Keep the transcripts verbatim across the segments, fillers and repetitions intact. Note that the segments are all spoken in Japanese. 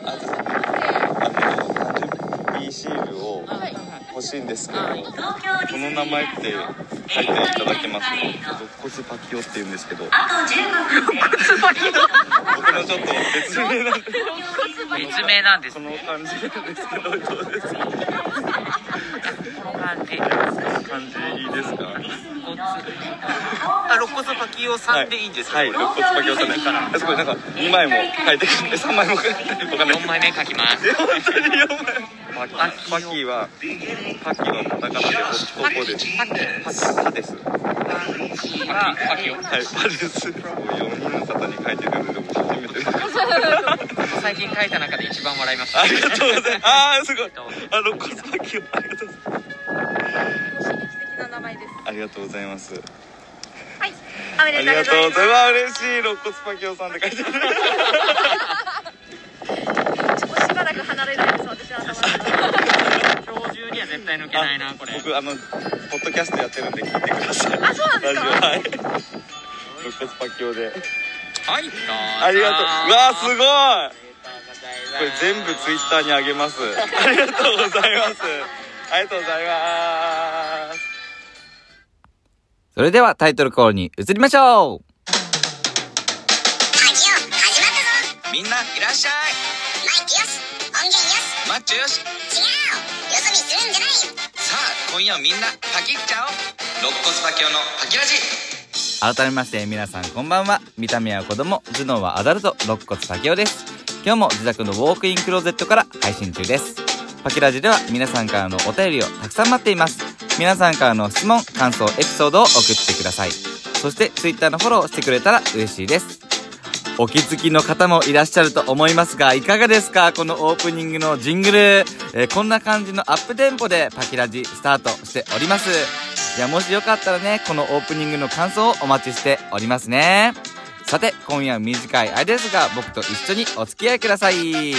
あじゃああの誕生日シールを欲しいんですけど、この名前って書いていただけますか？肋骨パキオって言うんですけど、僕のちょっと別名なんで別名なんですこの感じなんですけど、どうですか？ この感じ感じいいですか？ あ、肋骨パキオさんでいいんですか？ はい、肋骨パキオさんですから。すごいなんかにまいも書いてくるんでさんまいも書いてくるんでよんまいめ書きます。 本当によんまいパキパキはパキのカタカナでここです。 パキパキパです。 パキオはい、パです。よにんの方に書いてるんで僕初めてです。 最近書いた中で一番笑いました。 ありがとうございます。あーすごい。あ、肋骨パキオありがとうございます。 素敵な名前です。 ありがとうございます。 はい、おめありでとうございます。 がとうございます。嬉しい。肋骨パキオさんって書いてある。 ちょっとしばらく離れないです、私は頭の中。 今日中には絶対抜けないな、これ。 僕あのポッドキャストやってるんで聞いてください。 あ、そうなんですか？ ラジオ、はい。肋骨パキオで。 はい、どうぞ。 ありがとう。うわーすごい。これ全部ツイッターにあげます。ありがとうございます。ありがとうございます。 それではタイトルコールに移りましょう。 みんないらっしゃい。 マイクよし、音源よし、 マッチョよし。 違う、よそ見するんじゃないよ。 さあ、今夜みんなパキっちゃおう。肋骨パキオのパキラジ。 改めまして皆さんこんばんは。見た目は子供、頭脳はアダルト、肋骨パキオです。今日も自宅のウォークインクローゼットから配信中です。パキラジでは皆さんからのお便りをたくさん待っています。皆さんからの質問、感想、エピソードを送ってください。そしてツイッターのフォローしてくれたら嬉しいです。お気づきの方もいらっしゃると思いますが、いかがですか？このオープニングのジングル、えー、こんな感じのアップテンポでパキラジスタートしております。いや、もしよかったらね、このオープニングの感想をお待ちしておりますね。さて、今夜短い間ですが、僕と一緒にお付き合いください。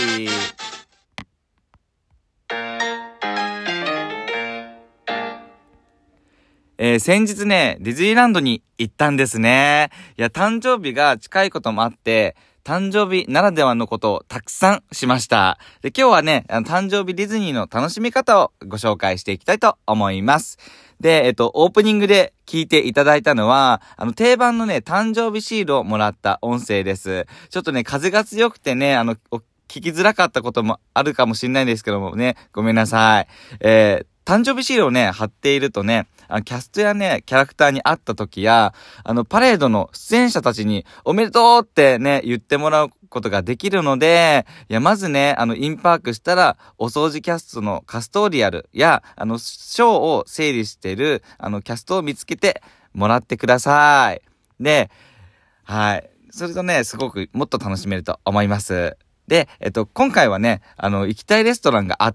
えー、先日ね、ディズニーランドに行ったんですね。いや、誕生日が近いこともあって、誕生日ならではのことをたくさんしました。で、今日はね、あの誕生日ディズニーの楽しみ方をご紹介していきたいと思います。で、えっと、オープニングで聞いていただいたのは、あの、定番のね、誕生日シールをもらった音声です。ちょっとね、風が強くてね、あの、聞きづらかったこともあるかもしれないんですけどもね、ごめんなさい。えー、誕生日シールをね、貼っているとね、あのキャストやね、キャラクターに会った時や、あの、パレードの出演者たちに、おめでとうってね、言ってもらうことができるので、いや、まずね、あの、インパークしたら、お掃除キャストのカストーリアルや、あの、ショーを整理してる、あの、キャストを見つけてもらってください。で、はい。それとね、すごくもっと楽しめると思います。で、えっと、今回はね、あの、行きたいレストランがあって、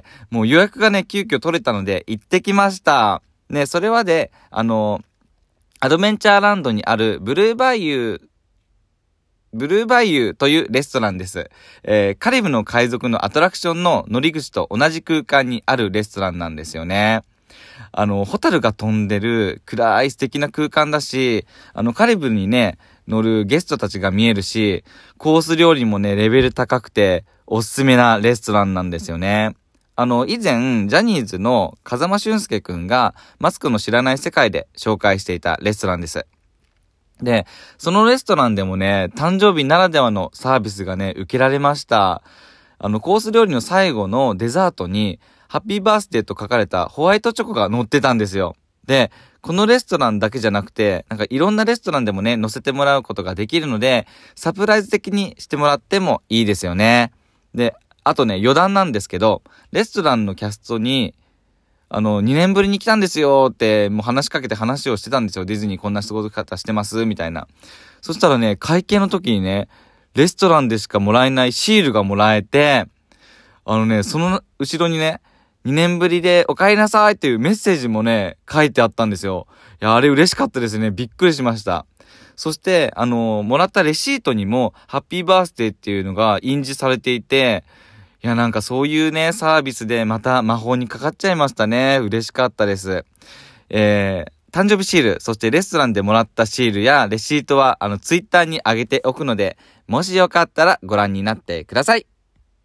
もう予約がね、急遽取れたので、行ってきました。ね、それはで、あの、アドベンチャーランドにあるブルーバイユー、ブルーバイユーというレストランです。えー、カリブの海賊のアトラクションの乗り口と同じ空間にあるレストランなんですよね。あの、ホタルが飛んでる暗い素敵な空間だし、あの、カリブにね、乗るゲストたちが見えるし、コース料理もね、レベル高くて、おすすめなレストランなんですよね。あの、以前、ジャニーズの風間俊介くんが、マスクの知らない世界で紹介していたレストランです。で、そのレストランでもね、誕生日ならではのサービスがね、受けられました。あの、コース料理の最後のデザートに、ハッピーバースデーと書かれたホワイトチョコが乗ってたんですよ。で、このレストランだけじゃなくて、なんかいろんなレストランでもね、乗せてもらうことができるので、サプライズ的にしてもらってもいいですよね。で、あとね、余談なんですけど、レストランのキャストに、あの、にねんぶりに来たんですよって、もう話しかけて話をしてたんですよ。ディズニーこんな過ごし方してます、みたいな。そしたらね、会計の時にね、レストランでしかもらえないシールがもらえて、あのね、その後ろにね、にねんぶりでお帰りなさいっていうメッセージもね、書いてあったんですよ。いや、あれ嬉しかったですね。びっくりしました。そして、あの、もらったレシートにも、ハッピーバースデーっていうのが印字されていて、いや、なんかそういうね、サービスでまた魔法にかかっちゃいましたね。嬉しかったです。えー、誕生日シール、そしてレストランでもらったシールやレシートは、あの、ツイッターに上げておくので、もしよかったらご覧になってください。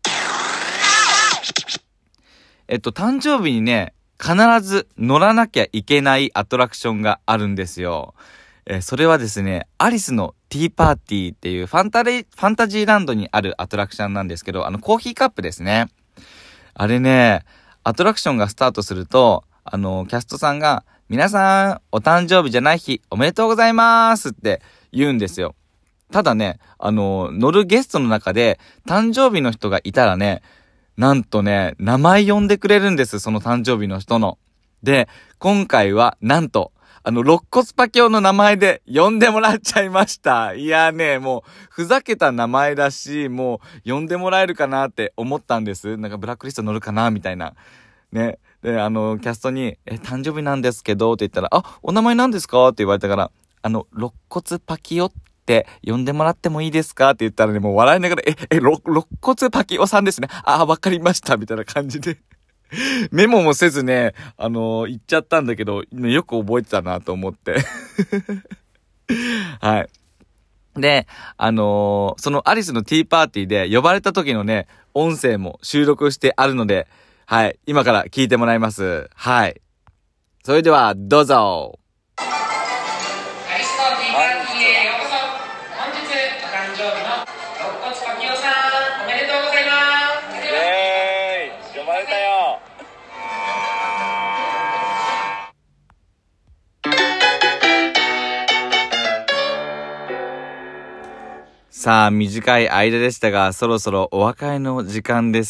えっと、誕生日にね、必ず乗らなきゃいけないアトラクションがあるんですよ。えー、それはですね、アリスのティーパーティーっていうファンタレ、ファンタジーランドにあるアトラクションなんですけど、あの、コーヒーカップですね。あれね、アトラクションがスタートすると、あの、キャストさんが、皆さん、お誕生日じゃない日、おめでとうございますって言うんですよ。ただね、あの、乗るゲストの中で、誕生日の人がいたらね、なんとね、名前呼んでくれるんです、その誕生日の人の。で、今回は、なんと、あの、肋骨パキオの名前で呼んでもらっちゃいました。いやね、もう、ふざけた名前だし、もう、呼んでもらえるかなって思ったんです。なんか、ブラックリスト乗るかなみたいな。ね。で、あの、キャストに、え、誕生日なんですけど、って言ったら、あ、お名前なんですかって言われたから、あの、肋骨パキオって呼んでもらってもいいですかって言ったらね、もう笑いながら、え、え、肋骨パキオさんですね。あ、わかりました。みたいな感じで。メモもせずね、あのー、言っちゃったんだけど、よく覚えてたなと思って。はい。で、あのー、そのアリスのティーパーティーで呼ばれた時のね、音声も収録してあるので、はい。今から聞いてもらいます。はい。それでは、どうぞ。 アリスのティーパーティーへようこそ。本日お誕生日の肋骨パキオさん、おめでとうございます。イエーイ、呼ばれたよ。 さあ、短い間でしたが、そろそろお別れの時間です。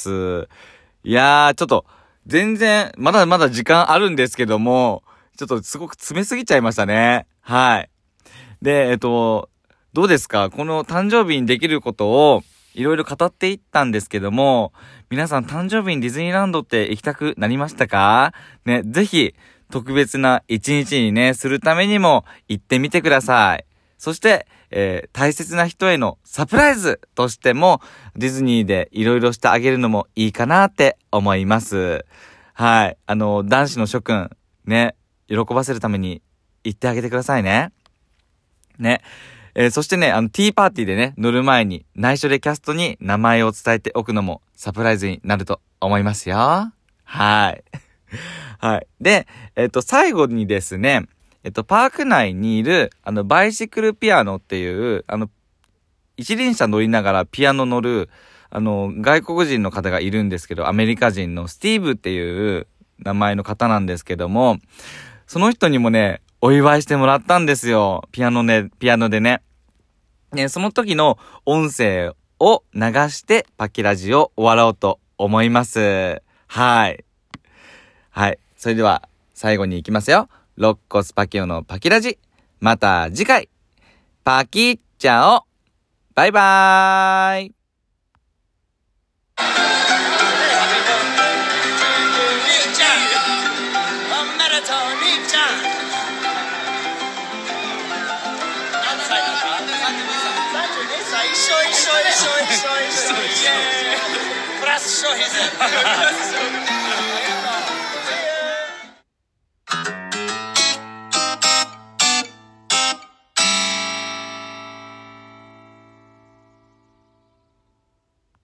いやー、ちょっと、全然、まだまだ時間あるんですけども、ちょっとすごく詰めすぎちゃいましたね。はい。で、えっと、どうですか？この誕生日にできることを、いろいろ語っていったんですけども、皆さん誕生日にディズニーランドって行きたくなりましたか？ね、ぜひ、特別な一日にね、するためにも行ってみてください。そして、えー、大切な人へのサプライズとしても、ディズニーでいろいろしてあげるのもいいかなって思います。はい。あの、男子の諸君、ね、喜ばせるために行ってあげてくださいね。ね。えー、そしてね、あの、ティーパーティーでね、乗る前に内緒でキャストに名前を伝えておくのもサプライズになると思いますよ。はい。はい。で、えっと、最後にですね、えっと、パーク内にいる、あの、バイシクルピアノっていう、あの、一輪車乗りながらピアノ乗る、あの、外国人の方がいるんですけど、アメリカ人のスティーブっていう名前の方なんですけども、その人にもね、お祝いしてもらったんですよ。ピアノね、ピアノでね。ね、その時の音声を流してパキラジを終わろうと思います。はい。はい。それでは、最後に行きますよ。肋骨パキオのパキラジ。また次回。パキッチャオ。バイバーイ。 プラス消費税